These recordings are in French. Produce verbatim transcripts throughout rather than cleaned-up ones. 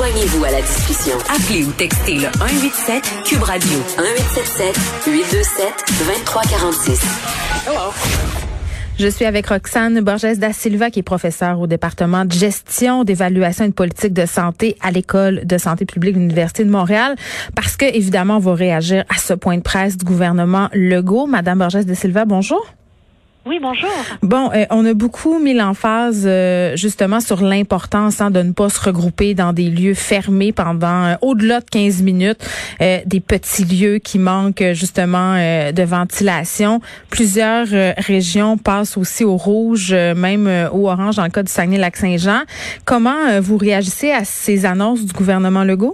Joignez-vous à la discussion. Appelez ou textez le un huit sept Cube Radio un huit sept sept huit deux sept deux trois quatre six. Hello. Je suis avec Roxane Borges da Silva, qui est professeure au département de gestion, d'évaluation et de politique de santé à l'École de santé publique de l'Université de Montréal, parce que, évidemment, on va réagir à ce point de presse du gouvernement Legault. Madame Borges da Silva, bonjour. Oui, bonjour. Bon, euh, on a beaucoup mis l'emphase euh, justement sur l'importance hein, de ne pas se regrouper dans des lieux fermés pendant euh, au-delà de quinze minutes, euh, des petits lieux qui manquent justement euh, de ventilation. Plusieurs euh, régions passent aussi au rouge, euh, même euh, au orange dans le cas du Saguenay-Lac-Saint-Jean. Comment euh, vous réagissez à ces annonces du gouvernement Legault?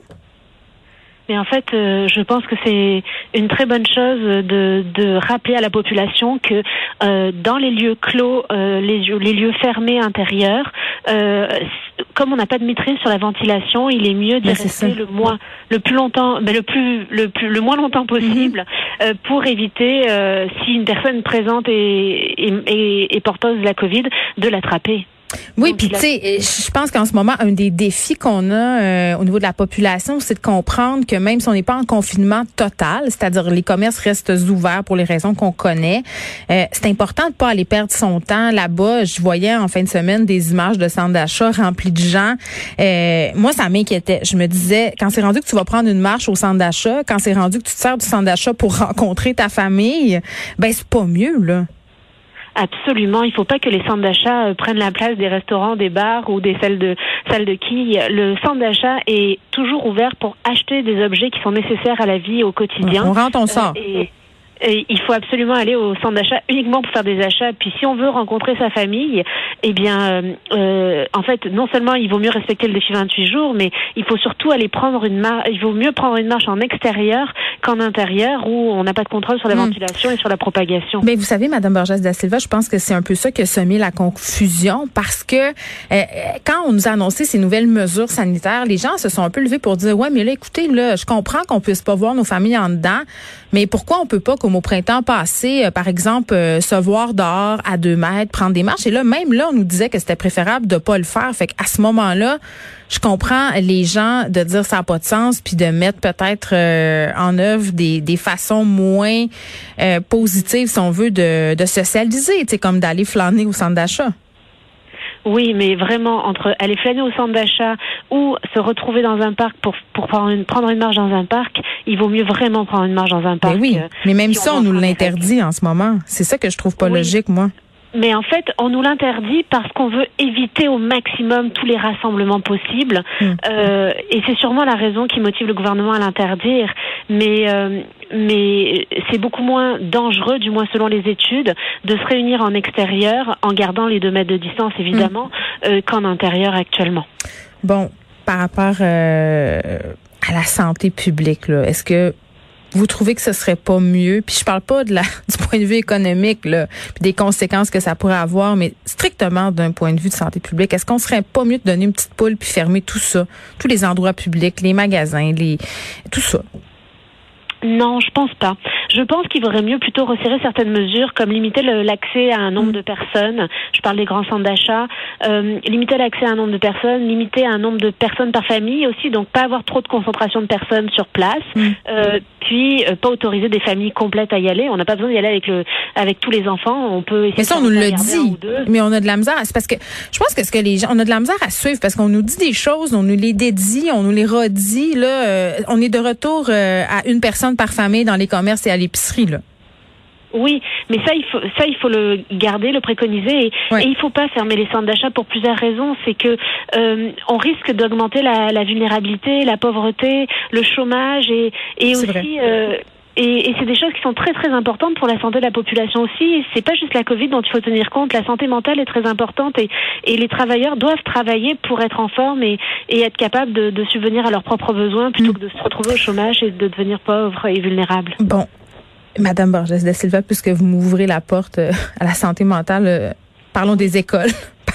Mais en fait, euh, je pense que c'est une très bonne chose de, de rappeler à la population que euh, dans les lieux clos, euh, les, les lieux fermés intérieurs, euh, comme on n'a pas de maîtrise sur la ventilation, il est mieux d'y ben, rester le moins, le plus longtemps, ben, le plus, le plus, le moins longtemps possible, mm-hmm. euh, pour éviter, euh, si une personne présente est, est, est, est porteuse de la COVID, de l'attraper. Oui, puis tu sais, je pense qu'en ce moment, un des défis qu'on a euh, au niveau de la population, c'est de comprendre que même si on n'est pas en confinement total, c'est-à-dire les commerces restent ouverts pour les raisons qu'on connaît, euh, c'est important de pas aller perdre son temps là-bas. Je voyais en fin de semaine des images de centres d'achat remplis de gens. Euh, moi, ça m'inquiétait. Je me disais, quand c'est rendu que tu vas prendre une marche au centre d'achat, quand c'est rendu que tu te sers du centre d'achat pour rencontrer ta famille, ben c'est pas mieux, là. Absolument, il faut pas que les centres d'achat euh, prennent la place des restaurants, des bars ou des salles de salles de quilles. Le centre d'achat est toujours ouvert pour acheter des objets qui sont nécessaires à la vie au quotidien. On rentre, on sort. Euh, et... Et il faut absolument aller au centre d'achat uniquement pour faire des achats. Puis si on veut rencontrer sa famille, eh bien, euh, en fait, non seulement il vaut mieux respecter le défi vingt-huit jours, mais il faut surtout aller prendre une marche. Il vaut mieux prendre une marche en extérieur qu'en intérieur, où on n'a pas de contrôle sur la mmh. ventilation et sur la propagation. Mais vous savez, Madame Borges da Silva, je pense que c'est un peu ça qui a semé la confusion, parce que euh, quand on nous a annoncé ces nouvelles mesures sanitaires, les gens se sont un peu levés pour dire ouais, mais là, écoutez, là, je comprends qu'on puisse pas voir nos familles en dedans, mais pourquoi on peut pas, comme au printemps passé, euh, par exemple, euh, se voir dehors à deux mètres, prendre des marches. Et là, même là, on nous disait que c'était préférable de pas le faire. Fait qu'à ce moment-là, je comprends les gens de dire ça n'a pas de sens, puis de mettre peut-être euh, en œuvre des, des façons moins euh, positives, si on veut, de, de socialiser, tu sais, comme d'aller flâner au centre d'achat. Oui, mais vraiment, entre aller flâner au centre d'achat ou se retrouver dans un parc pour pour prendre une, prendre une marche dans un parc, il vaut mieux vraiment prendre une marche dans un parc. Mais oui, euh, mais même si ça, on, on nous l'interdit en ce moment. C'est ça que je trouve pas oui. logique, moi. Mais en fait, on nous l'interdit parce qu'on veut éviter au maximum tous les rassemblements possibles. Mmh. Euh, et c'est sûrement la raison qui motive le gouvernement à l'interdire. Mais euh, mais c'est beaucoup moins dangereux, du moins selon les études, de se réunir en extérieur en gardant les deux mètres de distance, évidemment, mmh. euh, qu'en intérieur actuellement. Bon, par rapport euh, à la santé publique, là, est-ce que vous trouvez que ce serait pas mieux, puis je parle pas de la du point de vue économique là, puis des conséquences que ça pourrait avoir, mais strictement d'un point de vue de santé publique, est-ce qu'on serait pas mieux de donner une petite poule puis fermer tout ça, tous les endroits publics, les magasins, les tout ça? Non, je pense pas. Je pense qu'il vaudrait mieux plutôt resserrer certaines mesures, comme limiter le, l'accès à un nombre de personnes. Je parle des grands centres d'achat. Euh, limiter l'accès à un nombre de personnes, limiter un nombre de personnes par famille aussi, donc pas avoir trop de concentration de personnes sur place. Mm. Euh, puis euh, pas autoriser des familles complètes à y aller. On n'a pas besoin d'y aller avec le avec tous les enfants. On peut essayer. Mais ça, on nous le dit. Mais on a de la misère. C'est parce que je pense que ce que les gens, on a de la misère à suivre parce qu'on nous dit des choses, on nous les dédie, on nous les redit. Là, euh, on est de retour euh, à une personne par famille dans les commerces et à l'épicerie, là. Oui, mais ça il faut ça il faut le garder, le préconiser et, ouais. et il faut pas fermer les centres d'achat pour plusieurs raisons. C'est que euh, on risque d'augmenter la, la vulnérabilité, la pauvreté, le chômage et et c'est aussi euh, et, et c'est des choses qui sont très très importantes pour la santé de la population aussi. C'est pas juste la COVID dont il faut tenir compte. La santé mentale est très importante et et les travailleurs doivent travailler pour être en forme et et être capables de, de subvenir à leurs propres besoins plutôt mmh. que de se retrouver au chômage et de devenir pauvres et vulnérables. Bon. Madame Borges da Silva, puisque vous m'ouvrez la porte euh, à la santé mentale, euh, parlons des écoles. Parce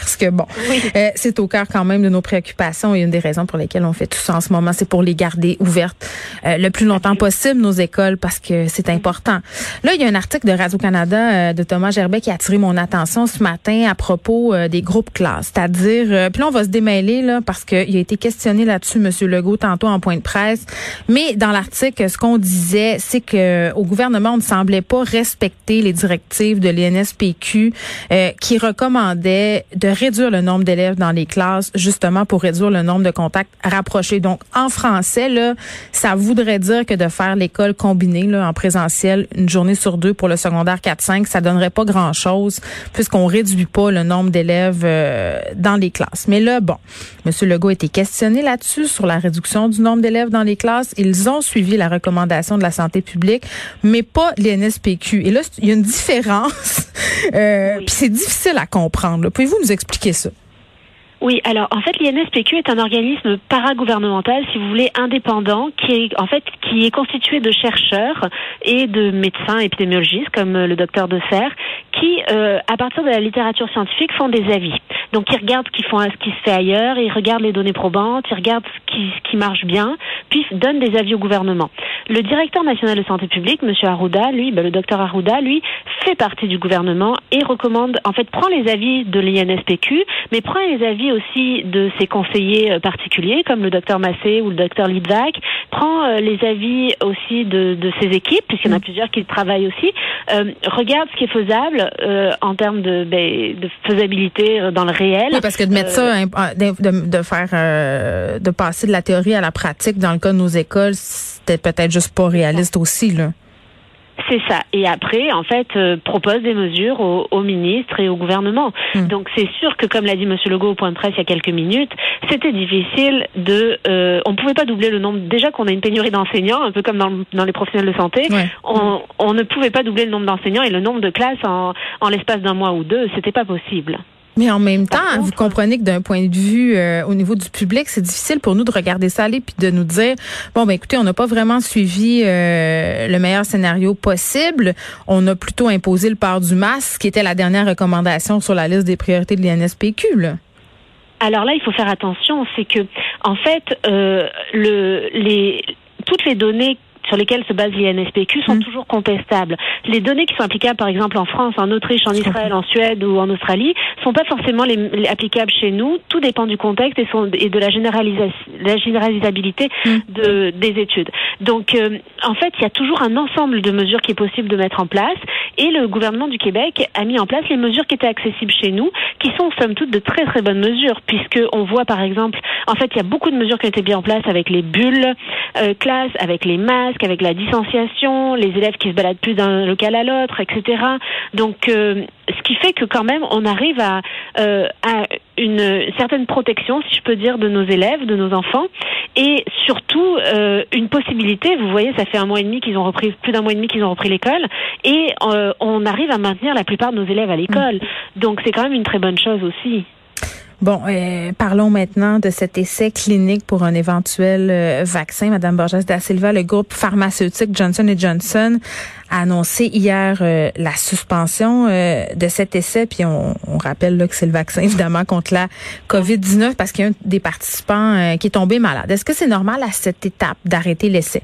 parce que bon, oui. euh, c'est au cœur quand même de nos préoccupations et une des raisons pour lesquelles on fait tout ça en ce moment, c'est pour les garder ouvertes euh, le plus longtemps possible, nos écoles, parce que c'est important. Là, il y a un article de Radio-Canada euh, de Thomas Gerbet qui a attiré mon attention ce matin à propos euh, des groupes classes, c'est-à-dire, euh, puis là, on va se démêler là parce qu'il a été questionné là-dessus, M. Legault, tantôt en point de presse, mais dans l'article, ce qu'on disait, c'est que au gouvernement, on ne semblait pas respecter les directives de l'I N S P Q euh, qui recommandaient de réduire le nombre d'élèves dans les classes, justement pour réduire le nombre de contacts rapprochés. Donc, en français, là, ça voudrait dire que de faire l'école combinée là, en présentiel une journée sur deux pour le secondaire quatre cinq, ça donnerait pas grand-chose puisqu'on réduit pas le nombre d'élèves euh, dans les classes. Mais là, bon, M. Legault a été questionné là-dessus sur la réduction du nombre d'élèves dans les classes. Ils ont suivi la recommandation de la santé publique, mais pas l'I N S P Q. Et là, il y a une différence, euh, oui. Puis c'est difficile à comprendre. Là. Pouvez-vous nous expliquer ça? Oui, alors en fait l'I N S P Q est un organisme paragouvernemental, si vous voulez, indépendant, qui est en fait qui est constitué de chercheurs et de médecins épidémiologistes comme le docteur Deserre, qui euh, à partir de la littérature scientifique font des avis. Donc ils regardent ce qu'ils font, ce qui se fait ailleurs, ils regardent les données probantes, ils regardent ce qui ce qui marche bien, puis donnent des avis au gouvernement. Le directeur national de santé publique, M. Arruda, lui, ben, le docteur Arruda, lui, fait partie du gouvernement et recommande, en fait, prend les avis de l'I N S P Q, mais prend les avis aussi de ses conseillers particuliers, comme le docteur Massé ou le docteur Litvak, prend euh, les avis aussi de, de ses équipes, puisqu'il y en a plusieurs qui travaillent aussi, euh, regarde ce qui est faisable euh, en termes de, ben, de faisabilité dans le réel. Oui, parce que de mettre euh, ça, de, de, de faire, euh, de passer de la théorie à la pratique dans le cas de nos écoles, c'était peut-être juste pas réaliste aussi, là. C'est ça. Et après, en fait, euh, propose des mesures aux, aux ministres et au gouvernement. Mmh. Donc, c'est sûr que, comme l'a dit M. Legault au point de presse il y a quelques minutes, c'était difficile de... Euh, on ne pouvait pas doubler le nombre... Déjà qu'on a une pénurie d'enseignants, un peu comme dans, dans les professionnels de santé, ouais. on, on ne pouvait pas doubler le nombre d'enseignants et le nombre de classes en, en l'espace d'un mois ou deux. C'était pas possible. Mais en même temps, contre, vous comprenez que d'un point de vue euh, au niveau du public, c'est difficile pour nous de regarder ça aller puis de nous dire, bon, ben écoutez, on n'a pas vraiment suivi euh, le meilleur scénario possible. On a plutôt imposé le port du masque, qui était la dernière recommandation sur la liste des priorités de l'I N S P Q, là. Alors là, il faut faire attention, c'est que, en fait, euh, le, les, toutes les données sur lesquelles se base l'I N S P Q sont mmh. toujours contestables. Les données qui sont applicables, par exemple, en France, en Autriche, en Israël, en Suède ou en Australie, sont pas forcément les, les applicables chez nous. Tout dépend du contexte et, son, et de la, généralisa- la généralisabilité mmh. de, des études. Donc, euh, en fait, il y a toujours un ensemble de mesures qui est possible de mettre en place et le gouvernement du Québec a mis en place les mesures qui étaient accessibles chez nous, qui sont, somme toute, de très, très bonnes mesures, puisque on voit, par exemple, en fait, il y a beaucoup de mesures qui ont été mises en place avec les bulles euh, classes, avec les masques, avec la distanciation, les élèves qui se baladent plus d'un local à l'autre, et cetera. Donc, euh, ce qui fait que quand même, on arrive à, euh, à une certaine protection, si je peux dire, de nos élèves, de nos enfants, et surtout euh, une possibilité. Vous voyez, ça fait un mois et demi qu'ils ont repris, plus d'un mois et demi qu'ils ont repris l'école, et euh, on arrive à maintenir la plupart de nos élèves à l'école. Donc, c'est quand même une très bonne chose aussi. Bon, euh, parlons maintenant de cet essai clinique pour un éventuel euh, vaccin. Madame Borges da Silva, le groupe pharmaceutique Johnson and Johnson a annoncé hier euh, la suspension euh, de cet essai. Puis on, on rappelle là, que c'est le vaccin évidemment contre la covid dix-neuf parce qu'il y a un des participants euh, qui est tombé malade. Est-ce que c'est normal à cette étape d'arrêter l'essai?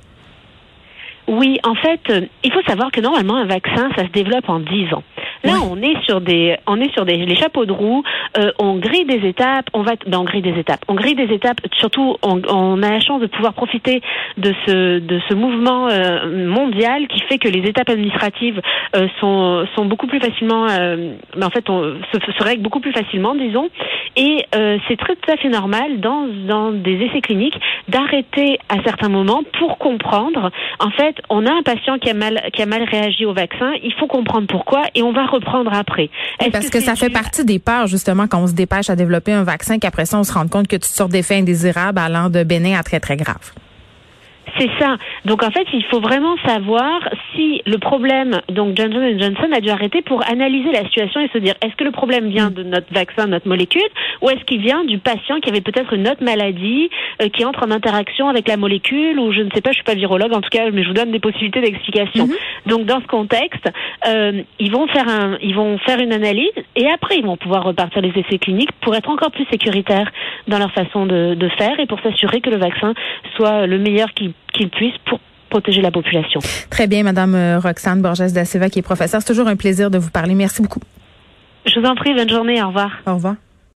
Oui, en fait, euh, il faut savoir que normalement un vaccin, ça se développe en dix ans. Là, on est sur des, on est sur des les chapeaux de roue. Euh, on grille des étapes. On va, ben, on grille des étapes. On grille des étapes. Surtout, on, on a la chance de pouvoir profiter de ce de ce mouvement euh, mondial qui fait que les étapes administratives euh, sont sont beaucoup plus facilement. Euh, ben, en fait, on se, se règlent beaucoup plus facilement, disons. Et euh, c'est très tout à fait normal dans dans des essais cliniques d'arrêter à certains moments pour comprendre. En fait, on a un patient qui a mal qui a mal réagi au vaccin. Il faut comprendre pourquoi et on va reprendre après. Oui, parce que, que ça fait du... partie des peurs, justement, quand on se dépêche à développer un vaccin, qu'après ça, on se rend compte que toutes sortes d'effets indésirables allant de bénins à très, très graves. C'est ça. Donc en fait, il faut vraiment savoir si le problème, donc Johnson and Johnson a dû arrêter pour analyser la situation et se dire, est-ce que le problème vient de notre vaccin, notre molécule, ou est-ce qu'il vient du patient qui avait peut-être une autre maladie, euh, qui entre en interaction avec la molécule, ou je ne sais pas, je suis pas virologue en tout cas, mais je vous donne des possibilités d'explication. Mm-hmm. Donc dans ce contexte, euh, ils vont faire un, ils vont faire une analyse et après ils vont pouvoir repartir les essais cliniques pour être encore plus sécuritaires dans leur façon de, de faire et pour s'assurer que le vaccin soit le meilleur qu'il qu'il puisse pour protéger la population. Très bien, Madame Roxane Borges da Silva, qui est professeure. C'est toujours un plaisir de vous parler. Merci beaucoup. Je vous en prie, bonne journée. Au revoir. Au revoir.